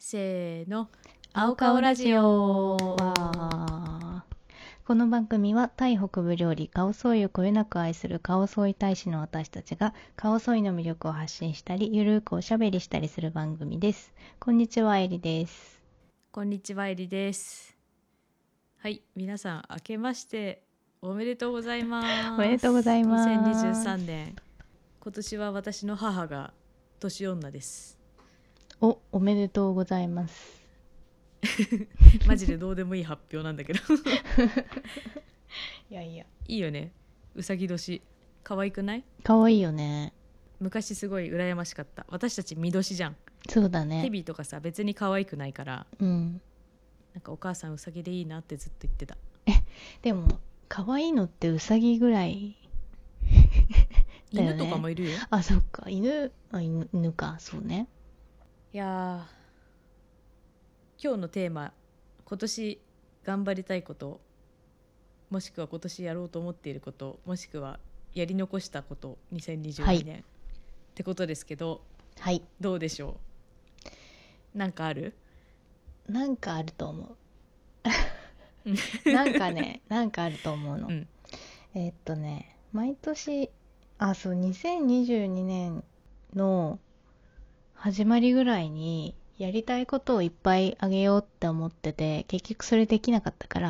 せーの、 青青顔ラジオ。 わー。この番組はタイ北部料理カオソイをこよなく愛するカオソイ大使の私たちがカオソイの魅力を発信したりゆるーくおしゃべりしたりする番組です。こんにちは、えりです。 こんにちは、えりです。はい、皆さん明けましておめでとうございおめでとうござます。 います。 2023年、今年は私の母が年女です。 おめでとうございます。 マジでどうでもいい発表なんだけどいやいや、 いいよね、うさぎ年。可愛くない？ かわいいよね。 昔すごい羨ましかった。私たち見年じゃん。 そうだね。 ヘビとかさ、別に可愛くないから、 うん。 なんかお母さんうさぎでいいなってずっと言ってた。 でもかわいいのってうさぎぐらいだよ犬とかね。 もいるよ。 あ、そっか、犬か、そうね。 いや今日のテーマ、今年頑張りたいこと、もしくは今年やろうと思っていること、もしくはやり残したこと、2022 はい年ってことですけど、 はい。 どうでしょう？なんかある？ なんかあると思う。なんかあると思うの。 うん。 毎年、そう、2022年の始まりぐらいに、やりたいことをいっぱいあげようって思ってて、結局それできなかったから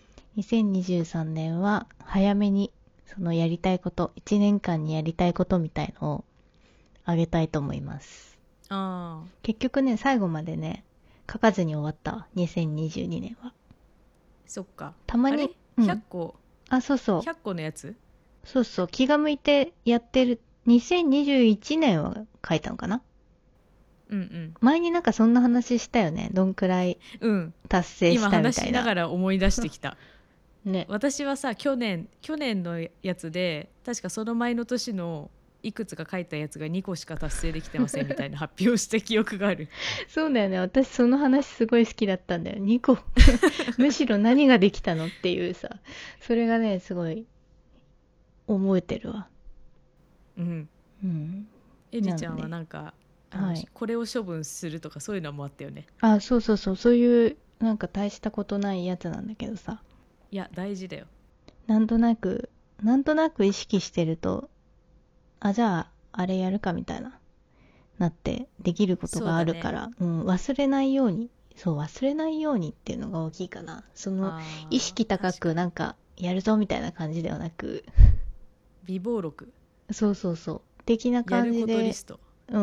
、2023年は早めに、そのやりたいこと、1年間にやりたいことみたいのをあげたいと思います。 ああ、 結局ね、最後までね、書かずに終わったわ、2022年は。 そっか。 たまに、 あれ、100個そうそう。 100個のやつ。 そうそう、気が向いてやってる。2021年は書いたのかな。 うん前になんかそんな話したよね。どんくらいうんうん。 達成し今たみたいな。 話しながら思い出してきた。 ね。 私はさ、去年のやつで確かその前の年のいくつか書いたやつが2個しか達成できてませんみたいな発表をした記憶がある。 そうだよね。私その話すごい好きだったんだよ。2個。むしろ何ができたのっていうさ。それがね、すごい覚えてるわ。 うん。 うん。 エリちゃんはなので。 なんかはい。 これを処分するとかそういうのもあったよね。 そうそうそう。そういうなんか大したことないやつなんだけどさ。 いや大事だよ。 なんとなく、なんとなく意識してると、じゃあ、あれやるかみたいな、なってできることがあそうだね。 るから、忘れないように、そう、忘れないようにっていうのが大きいかな。その、意識高確かに。 くなんか、やるぞみたいな感じではなく、 備忘録、 そうそうそう、的なやる感じで、 ことリスト。 うん、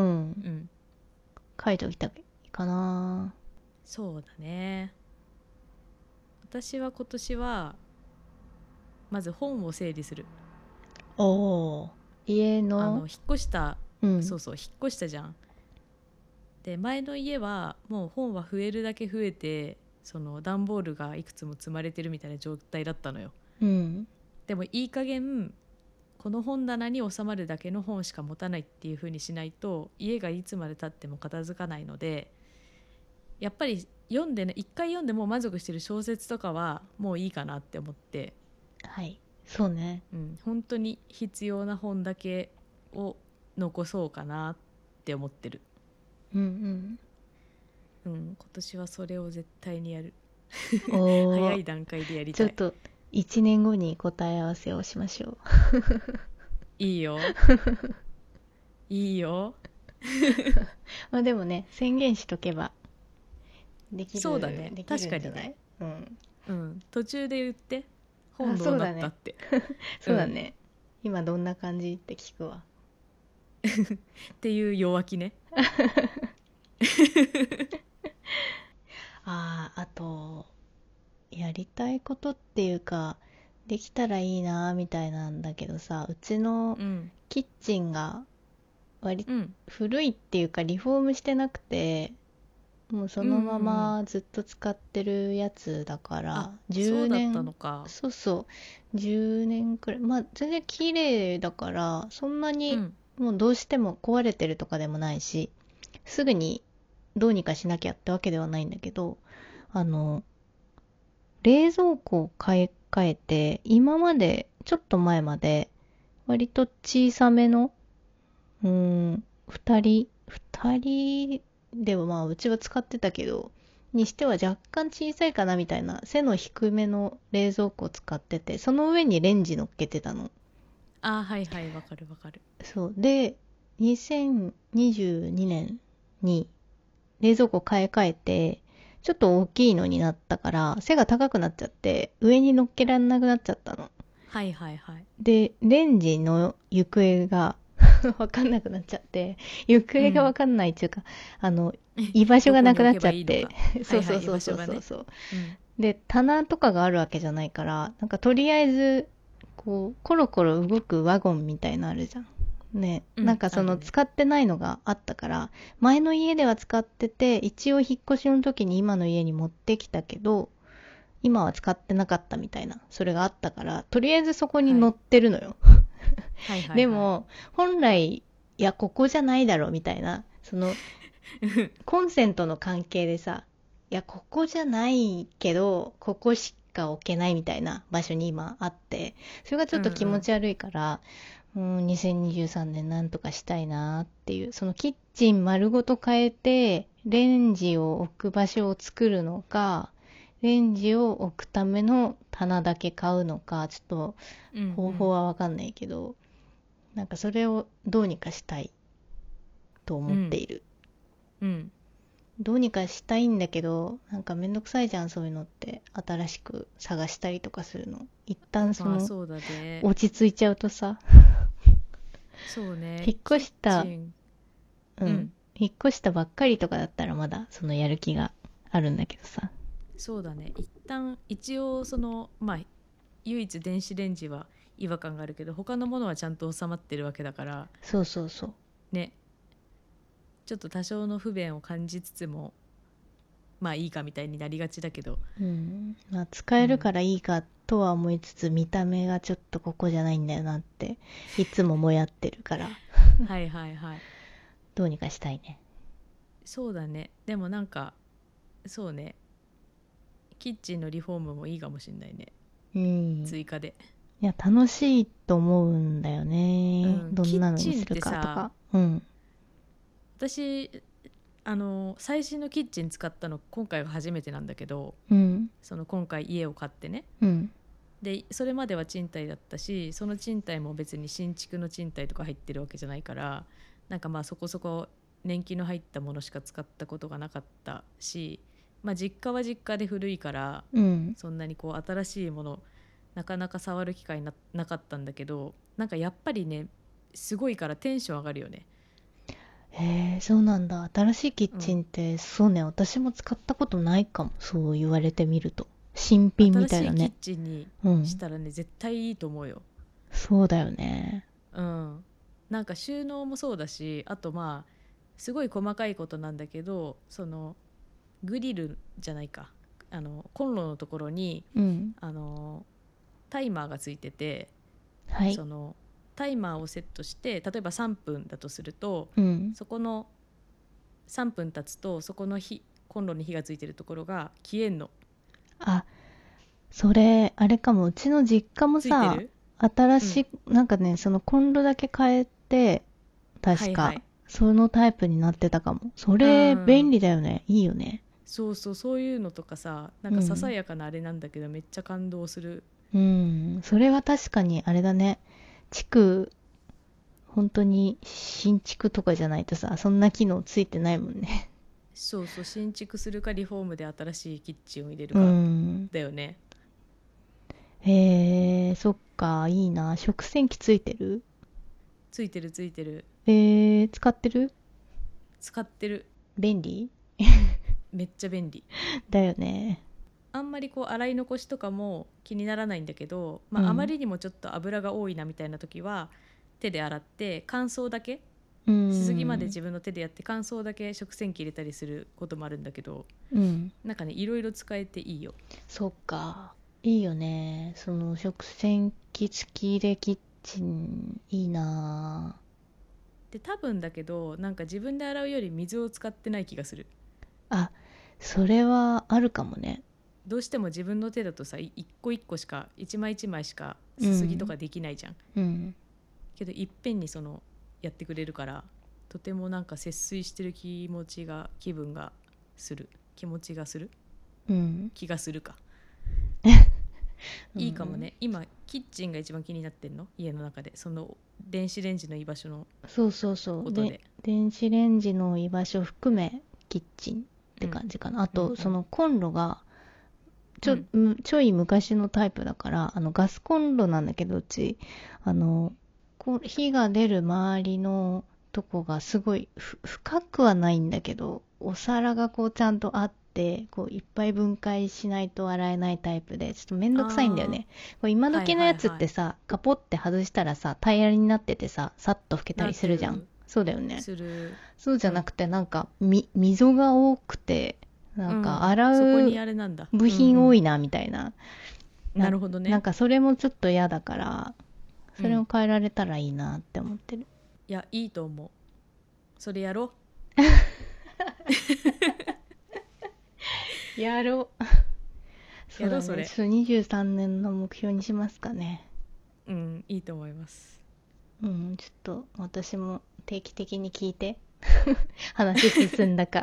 うん。 書いておきたいかな。 そうだね。私は今年はまず本を整理する。 おー、家の、 引っ越した。 うん、 そうそう、引っ越したじゃん。で前の家はもう本は増えるだけ増えて、その段ボールがいくつも積まれてるみたいな状態だったのよ。 うん、 でもいい加減この本棚に収まるだけの本しか持たないっていう風にしないと家がいつまで経っても片付かないので、やっぱり読んでね、一回読んでもう満足してる小説とかはもういいかなって思って、 はい、そうね。 本当に必要な本だけを残そうかなって思ってる。 うん今年はそれを絶対にやる。 うん。おー、 早い段階でやりたい。 ちょっと、1年後に答え合わせをしましょう。 いいよいいよ。 まあでもね、宣言しとけばそうだね、 でき確かにね。 るんじゃない？うん。 途中で言って、本どうなそうだね。 ったって。うんそうだね。今どんな感じって聞くわ。 っていう弱気ね。 あと、やりたいことっていうか、できたらいいなみたいなんだけどさ、うちのうんキッチンが割うん古いっていうかリフォームしてなくて、もうそうんうのまん。 まずっと使ってるやつだかあ、 ら、10 そうだった年、 のか。 そうそう、10年くらい。まあ全然綺麗だから、そんなにうんもうどうしても壊れてるとかでもないし、すぐにどうにかしなきゃってわけではないんだけど、あの、冷蔵庫を買い替えて、今まで、ちょっと前まで、割と小さめの、二人でもまあうちは使ってたけどにしては若干小さいかなみたいな背の低めの冷蔵庫を使ってて、その上にレンジ乗っけてたの。 あーはいはい、わかるわかる。 そうで、2022年に冷蔵庫買い替えてちょっと大きいのになったから背が高くなっちゃって上に乗っけられなくなっちゃったの。 はいはいはい。 でレンジの行方がわかんなくなっちゃって、行方がわかんないっていうか、居場所がなくなっちゃって。そうそうそうそうそうそう。 うん。 で棚とかがあるわけじゃないから、なんかとりあえずこうコロコロ動くワゴンみたいのあるじゃんね。 うん、 なんかそあるね。 の使ってないのがあったから、前の家では使ってて、一応引っ越しの時に今の家に持ってきたけど今は使ってなかったみたいな、それがあったから、とりあえずそこにはい。 乗ってるのよ。 はいはいはい。 でも本来いやここじゃないだろうみたいな、そのコンセントの関係でさ、いやここじゃないけどここしか置けないみたいな場所に今あって、それがちょっと気持ち悪いから、2023年なんとかしたいなっていう、そのキッチン丸ごと変えてレンジを置く場所を作るのか、レンジを置くための棚だけ買うのか、ちょっとうんうん方法はわかんないけど、なんかそれをどうにかしたいと思ってうんいる。 うん。 どうにかしたいんだけど、なんかめんどくさいじゃん、そういうのって。新しく探したりとかするの。一旦その、 まあそうだね。 落ち着いちゃうとさ、 そうね。 引っ越キッした、 チン。 うん、 うん。 引っ越したばっかりとかだったらまだそのやる気があるんだけどさ。 そうだね。一旦一応そのまあ唯一電子レンジは違和感があるけど、他のものはちゃんと収まってるわけだからそうそうそう。 ね。ちょっと多少の不便を感じつつもまあいいかみたいになりがちだけど。 うん。まあ使えるかうん。 らいいかとは思いつつ、見た目がちょっとここじゃないんだよなって、いつももやってるから、 はいはいはい。 どうにかしたいね。 そうだね。でもなんかそうね、キッチンのリフォームもいいかもしんないね。 うん。 追加で。 いや、楽しいと思うんだよね。 うん、 どんなのキッチンっにするてさ、 かとか。うん。 私最新のキッチン使ったの今回が初めてなんだけど、 うん。 その今回家を買ってね。 うん。 でそれまでは賃貸だったし、その賃貸も別に新築の賃貸とか入ってるわけじゃないから、なんかまあそこそこ年季の入ったものしか使ったことがなかったし、まあ実家は実家で古いからうん。 そんなにこう新しいものなかなか触る機会なかったんだけど、なんかやっぱりねすごいからテンション上がるよね。 へえ、そうなんだ。新しいキッうん、 チンって、そうね、私も使ったことないかも。そう言われてみると。新品み新しいキッたいなね。 チンにうん。 したらね絶対いいと思うよ。 そうだよね。 うん、なんか収納もそうだし、あとまあすごい細かいことなんだけど、そのグリルじゃないか、コンロのところにうん。 あのタイマーがついてて、 はい。 そのタイマーをセットして、例えば3分だとすると、 うん。 そこの3分経つとそこのコンロに火がついてるところが消えんの。 あ、それ、あれかも。うちの実家もさ、 ついてる。うん。 新しい、なんかね、そのコンロだけ変えて、確か、 はいはい。 そのタイプになってたかも。そうれ、便ん。 利だよね。いいよね。 そうそう、そういうのとかさ、なんかささうん。 やかなあれなんだけどめっちゃ感動する。 うん。それは確かに、あれだね。築、本当に新築とかじゃないとさ、そんな機能ついてないもんね。 そうそう、新築するかリフォームで新しいキッチンを入れるうかん。 だよね。 へえ、そっか、いいな。食洗機ついてる？ ついてるついてる。 使ってる？ 使ってる。 便利めっちゃ便利。 だよね。 あんまりこう洗い残しとかも気にならないんだけど、まあ、あまうん。 りにもちょっと油が多いなみたいな時は手で洗って乾燥だけ、 うすすぎまでん。 自分の手でやって乾燥だけ食洗機入れたりすることもあるんだけど、 うん。 なんかねいろいろ使えていいよ。 そっか。いいよね。その食洗機付きでキッチン、いいな。 で多分だけどなんか自分で洗うより水を使ってない気がする。 あ、それはあるかもね。 どうしても自分の手だとさ一個一個しか一枚一枚しかすすぎとうん。 かできないじゃん。 うん。 けどいっぺんにそのやってくれるからとてもなんか節水してる気分がする気持ちがするうん気がするか、 うんいいかもね。今キッチンが一番気になってんの、家の中でその電子レンジの居場所のそうそうそうで、 ことで。 電子レンジの居場所含めキッチンってうん感じかな。あと、 うんうんそのコンロがうんちょい昔のタイプだから、ガスコンロなんだけど、うちあの火が出る周りのとこがすごい深くはないんだけど、お皿がこうちゃんとあって、こういっぱい分解しないと洗えないタイプで、ちょっとめんどくさいんだよね。これ今時のやつってさ、カポって外したらさ、平らになっててさ、さっと拭けたりするじゃん。そうだよね。 する。 そうじゃなくて、なんか溝が多くて、なんかそこに洗うあれなんだ。 部品多いな、 なみたいな、 なるほどね。 なんかそれもちょっと嫌だから、それうんを変えられたらいいなって思ってる。 いやいいと思う。それやろやろう。そうだね。 やろうそれ。 ちょっと23年の目標にしますかね。 うんいいと思います。 うん、ちょっと私も定期的に聞いて話進んだか。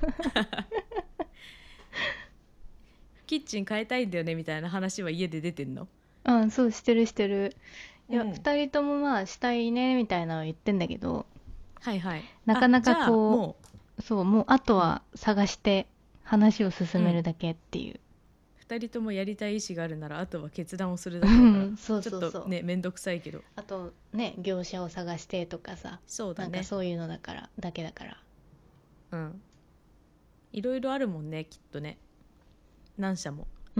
キッチン変えたいんだよねみたいな話は家で出てんの？ うん、そうしてるしてる。いや、 うん 2人ともまあしたいねみたいなの言ってんだけど、 はいはい。 なかなかじゃあこもう、そう、もうあとう、 は探して話を進めるだけっていう。 2人ともやりたい意思があるならあとは決断をするだうけだからん、そうそうそう。 ちょっとねめんどくさいけど。 あとね、業者を探してとかさ、なんかそうだね。 そういうのだけだから。 うんいろいろあるもんねきっとね、何社も。 うん、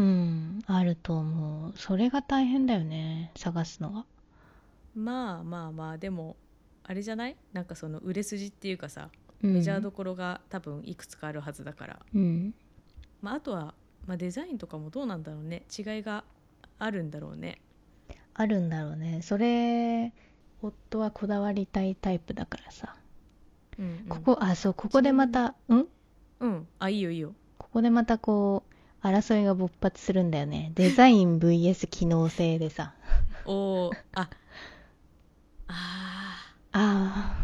あると思う。それが大変だよね、探すのが。 まあまあまあでもあれじゃない、なんかその売れ筋っていうかさ、 うん、 メジャーどころが多分いくつかあるはずだから、 うん、 まあ、あとは、まあ、デザインとかもどうなんだろうね、違いがあるんだろうね。 あるんだろうね。それ、夫はこだわりたいタイプだからさ。 うん、うん、 そう、ここでまた、 うんあいいよいいよ。 ここでまたこう、争いが勃発するんだよね。デザイン vs 機能性でさ。 おーああ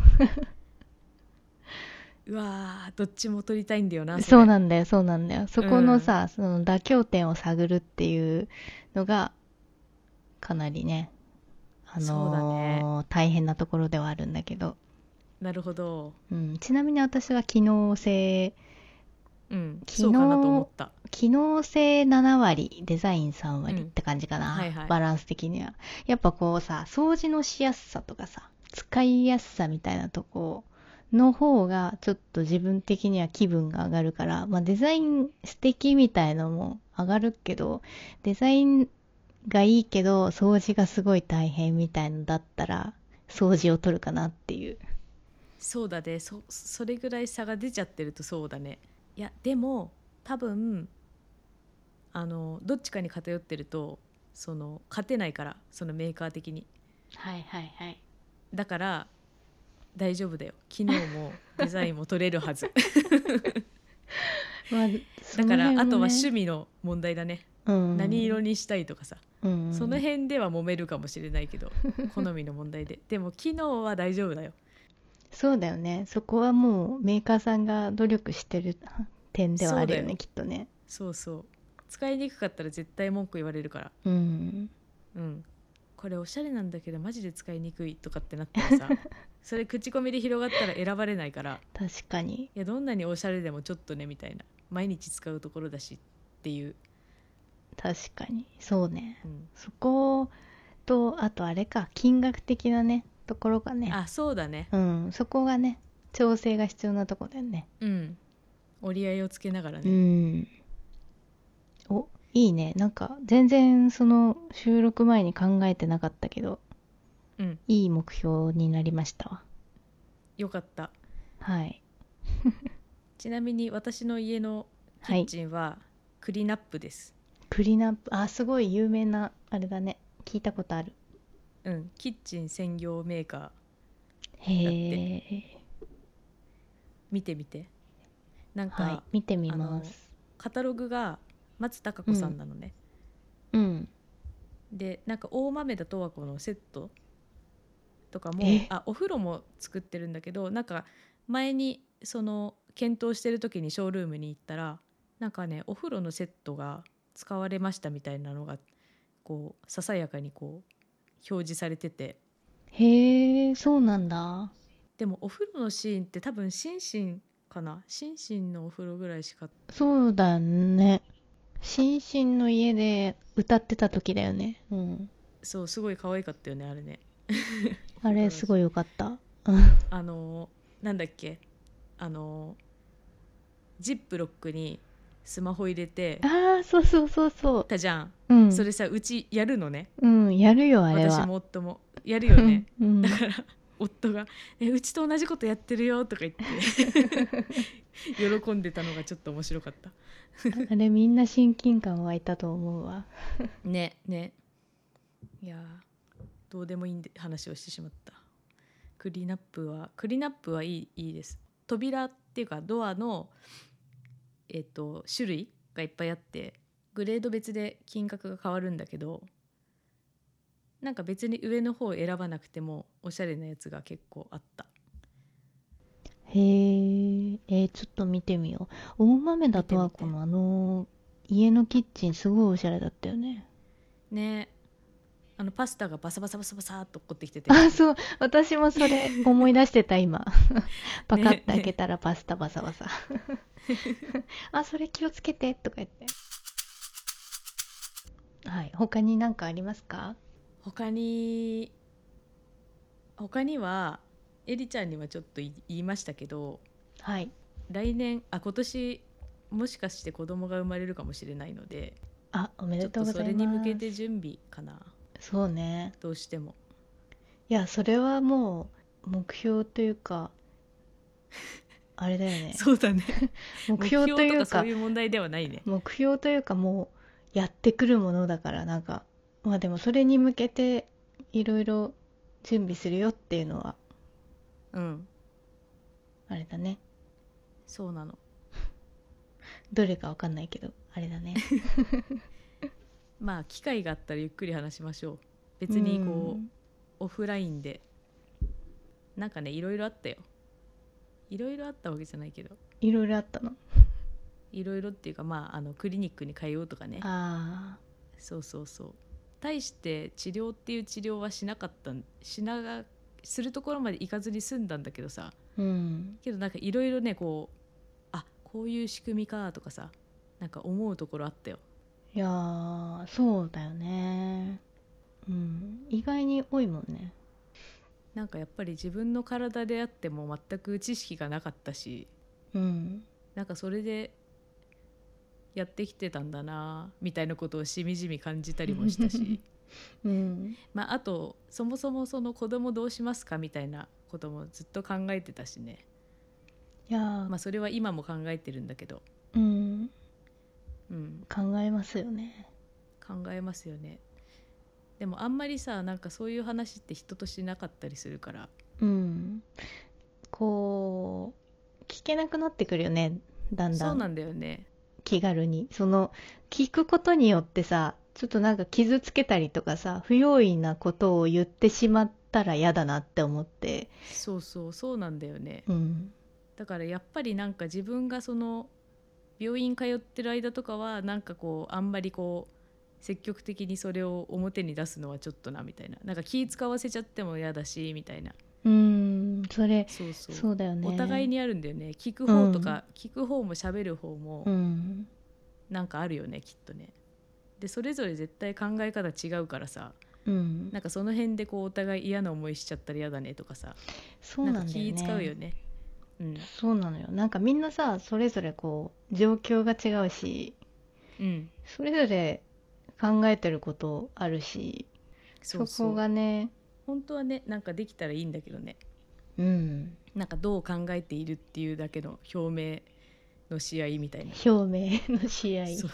うわーどっちも取りたいんだよなあ、 それ。 そうなんだよ。そこのさ、その妥協点を探るっていうのが、かなりね、 そうだね。 大変なところではあるんだけど。 なるほど。 うん、ちなみに私は機能性、 そうかなと思った。 機能性7割、デザイン3割って感じかな、 はいはい。 バランス的には。やっぱこうさ、掃除のしやすさとかさ、使いやすさみたいなとこの方がちょっと自分的には気分が上がるから、まあデザイン素敵みたいのも上がるけど、デザインがいいけど掃除がすごい大変みたいのだったら、掃除を取るかなっていう。 そうだね、それぐらい差が出ちゃってるとそうだね。いやでも多分どっちかに偏ってるとその勝てないから、そのメーカー的に。 はいはいはい。 だから大丈夫だよ、機能もデザインも取れるはずまあ、 だからあとはね、 趣味の問題だね、何色にしたいとかさ、その辺では揉めるかもしれないけど好みの問題で。でも機能は大丈夫だよ。 そうだよね。そこはもうメーカーさんが努力してる点ではあるよね、 そうだよきっとね。 そうそう、使いにくかったら絶対文句言われるから。 うんこれおしゃれなんだけどマジで使いにくいとかってなったらさそれ口コミで広がったら選ばれないから、 確かに。 いやどんなにおしゃれでもちょっとねみたいな、毎日使うところだしっていう。 確かにそうね、 うん、 そことあとあれか、金額的なねところがね、 そうだね。 そこがね、調整が必要なとこだよね。 折り合いをつけながらうね。 ん。いいね。なんか全然その収録前に考えてなかったけど、いい目標になりましたわ。 よかった。 はい。 ちなみに私の家のキッチンはクリナップです。 クリナップ、すごい有名なあれだね。聞いたことある。 キッチン専業メーカー。へえ。 見てみて。なんか、 はい、見てみます。 カタログが松たか子さんなのね。でなんか大豆田十和子のセットとかもえお風呂も作ってるんだけど、なんか前にその検討してる時にショールームに行ったら、なんかねお風呂のセットが使われましたみたいなのがこうささやかにこう表示されてて、 へえ、そうなんだ。 でもお風呂のシーンって多分シンシンかな、シンシンのお風呂ぐらいしか。 そうだね。シンシンの家で歌ってた時だよね。うん。 そうすごい可愛かったよねあれね。おあ風呂のシーン、 れすごい良かった。うん。 あのなんだっけ、あのジップロックにスマホ入れてああ、そうそうそうそたじゃん。 う。うん。 それさうちやるのね、 うん、やるよ、あれ私は。 も夫もやるよね。 うん。 だから夫がうちと同じことやってるよ」とか言って喜んでたのがちょっと面白かった。 あれみんな親近感湧いたと思うわ。 ねね、いやどうでもいいんで話をしてしまった。クリナップはいいです。扉っていうかドアの、種類がいっぱいあって、グレード別で金額が変わるんだけど、なんか別に上の方を選ばなくてもおしゃれなやつが結構あった。 へえ、ちょっと見てみよう。大豆田見てみてとわ子の家のキッチンすごいおしゃれだったよね。 ね。パスタがバサバサバサバサーっと落っこってきてたやあ、 つ。 そう、私もそれ思い出してた、今。パカッて開けねね。 たらパスタバサバサ。あ、それ気をつけて、とか言って。はい、他に何かありますか？ 他にはエリちゃんにはちょっと言いましたけど、 はい。 今年もしかして子供が生まれるかもしれないので、 あ、おめちょっとでとうございそれに向けます。 て準備かな。 そうね。 どうしても。 いや、それはもう、目標というか、あれだよね。 そうだね。 目目標と標とかそういうか、 いう問題ではないね。 もう、やってくるものだから、なんか、まあでもそれに向けて、いろいろ準備するよっていうのは、 うん、 あれだね。 そうなの。 どれかわかんないけど、あれだね。 まあ機会があったらゆっくり話しましょう。 う別にこん。 うオフラインでなんかねいろいろあったよ。いろいろあったわけじゃないけど、 いろいろあったの。 いろいろっていうか、まあクリニックに通うとかね。 ああ、 そうそうそう。対して治療っていう治療はしなかったするところまで行かずに済んだんだけどさ、 うん。 けどなんかいろいろねこうこういう仕組みかとかさ、なんか思うところあったよ。 いやー、そうだよね。うん。意外に多いもんね。 なんかやっぱり自分の体であっても全く知識がなかったし、 うん。 なんかそれでやってきてたんだなみたいなことをしみじみ感じたりもしたし、 うん。 まああとそもそもその子供どうしますかみたいなこともずっと考えてたしね。 いやー、 まあそれは今も考えてるんだけど、 うん。 うん、 考えますよね。 考えますよね。でもあんまりさ、なんかそういう話って人としなかったりするから。 うん。こう、聞けなくなってくるよね。だんだんそうなんだよね。 気軽に。聞くことによってさ、ちょっとなんか傷つけたりとかさ、不用意なことを言ってしまったら嫌だなって思って。 そうそうそうなんだよね。 うん。 だからやっぱりなんか自分がその病院通ってる間とかはなんかこうあんまりこう積極的にそれを表に出すのはちょっとなみたいな、なんか気使わせちゃっても嫌だしみたいな。 それ、 そうそう、 そうだよお互いね。 にあるんだよね。聞くうん。 方とか聞く方も喋る方もうん。 なんかあるよねきっとね。でそれぞれ絶対考え方違うからさ、 うん。 なんかその辺でこうお互い嫌な思いしちゃったら嫌だねとかさ、なんかそうなんだよ気使うよね。 ね。うん、 そうなのよ。なんかみんなさ、それぞれこう、状況が違うし、 うん、 それぞれ考えてることあるし、そこそうそう。 がね、 本当はねなんかできたらいいんだけどね。 うん。 なんかどう考えているっていうだけの表明の試合みたいな。 表明の試合。 そう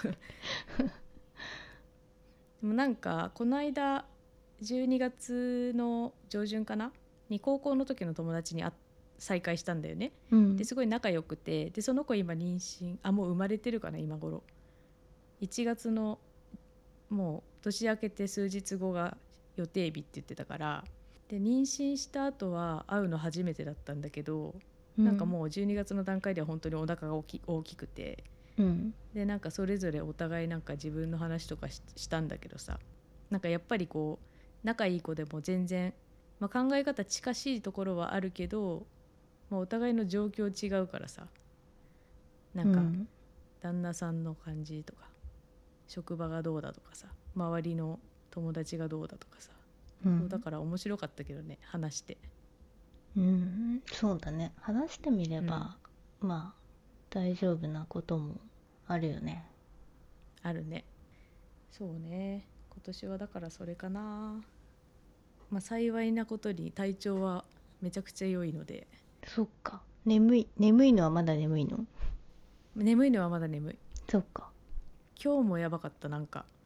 でもなんかこの間12月の上旬かなに高校の時の友達に再会したんだよね。 うん。 ですごい仲良くて、でその子今妊娠もう生まれてるかな今頃。1月のもう年明けて数日後が予定日って言ってたから、 で妊娠した後は会うの初めてだったんだけど、 うんなんかもう12月の段階では本当にお腹が大きくて、 うんでなんかそれぞれお互いなんか自分の話とかしたんだけどさ、なんかやっぱりこう仲いい子でも全然、まあ、考え方近しいところはあるけど、まあ、お互いの状況違うからさ、なんかうん旦那さんの感じとか職場がどうだとかさ、周りの友達がどうだとかさ、そうだから面白かったけどね、話して。 そうだね。話してみれば、まあ大丈夫なこともあるよね。 あるね。そうね、今年はだからそれかな。まあ幸いなことに体調はめちゃくちゃ良いので。 そっか。眠いのはまだ眠いの？ 眠いのはまだ眠い。 そっか。 今日もやばかった。なんか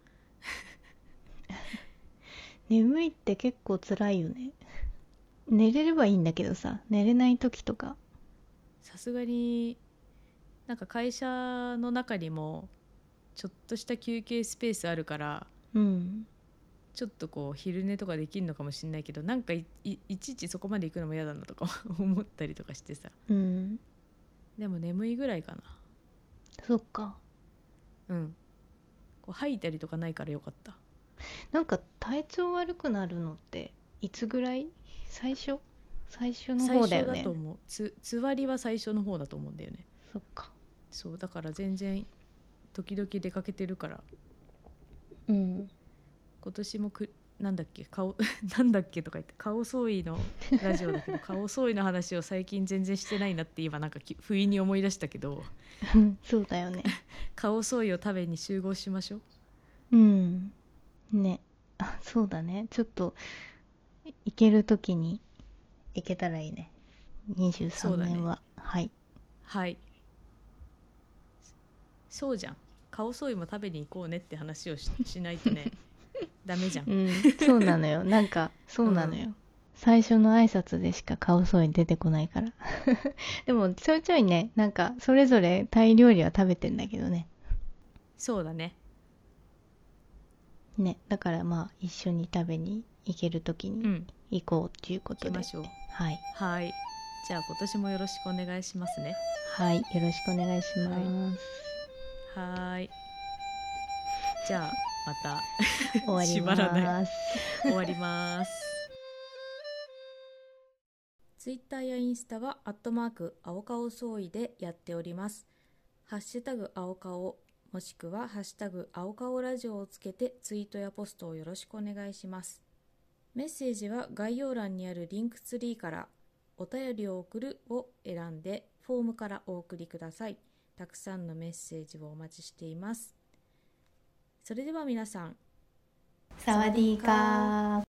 眠いって結構辛いよね。寝れればいいんだけどさ、寝れない時とか。 さすがになんか会社の中にもちょっとした休憩スペースあるから、 うんちょっとこう昼寝とかできるのかもしれないけど、なんかいちいちそこまで行くのも嫌だなとか思ったりとかしてさ。 うんでも眠いぐらいかな。 そっか。 うんこう吐いたりとかないからよかった。 なんか体調悪くなるのっていつぐらい？最初の最方だよね。 初だと思う。つわりは最初の方だと思うんだよね。 そっか。 そうだから全然時々出かけてるから。 うん今年もなんだっけ顔なんだっけとか言って、顔総意のラジオだけど顔総意の話を最近全然してないなって今なんか不意に思い出したけど、 そうだよね。 顔総意を食べに集合しましょう。 うんね。あ、そうだね。ちょっと行ける時に行けたらいいね。23 そうだね年は。はい。 はい、そうじゃん。顔総意も食べに行こうねって話をしないとねダメじゃん。 そうなのよ。なんかそうなのよ。最初の挨拶でしか顔そうに出てこないからでもちょいちょいね、なんかそれぞれタイ料理は食べてんだけどね。 そうだね。 ね、だからまあ一緒に食べに行ける時に行こうっていうことで、 行きましょう。 はいはい、じゃあ今年もよろしくお願いしますね。 はい、よろしくお願いします。 はい、じゃあまた終わり縛らないます。 終わります。ツイッターやインスタは青顔総意でやっております。ハッシュタグ青顔もしくはハッシュタグ青顔ラジオをつけてツイートやポストをよろしくお願いします。メッセージは概要欄にあるリンクツリーからお便りを送るを選んでフォームからお送りください。たくさんのメッセージをお待ちしています。それでは皆さん、 サワディーカー。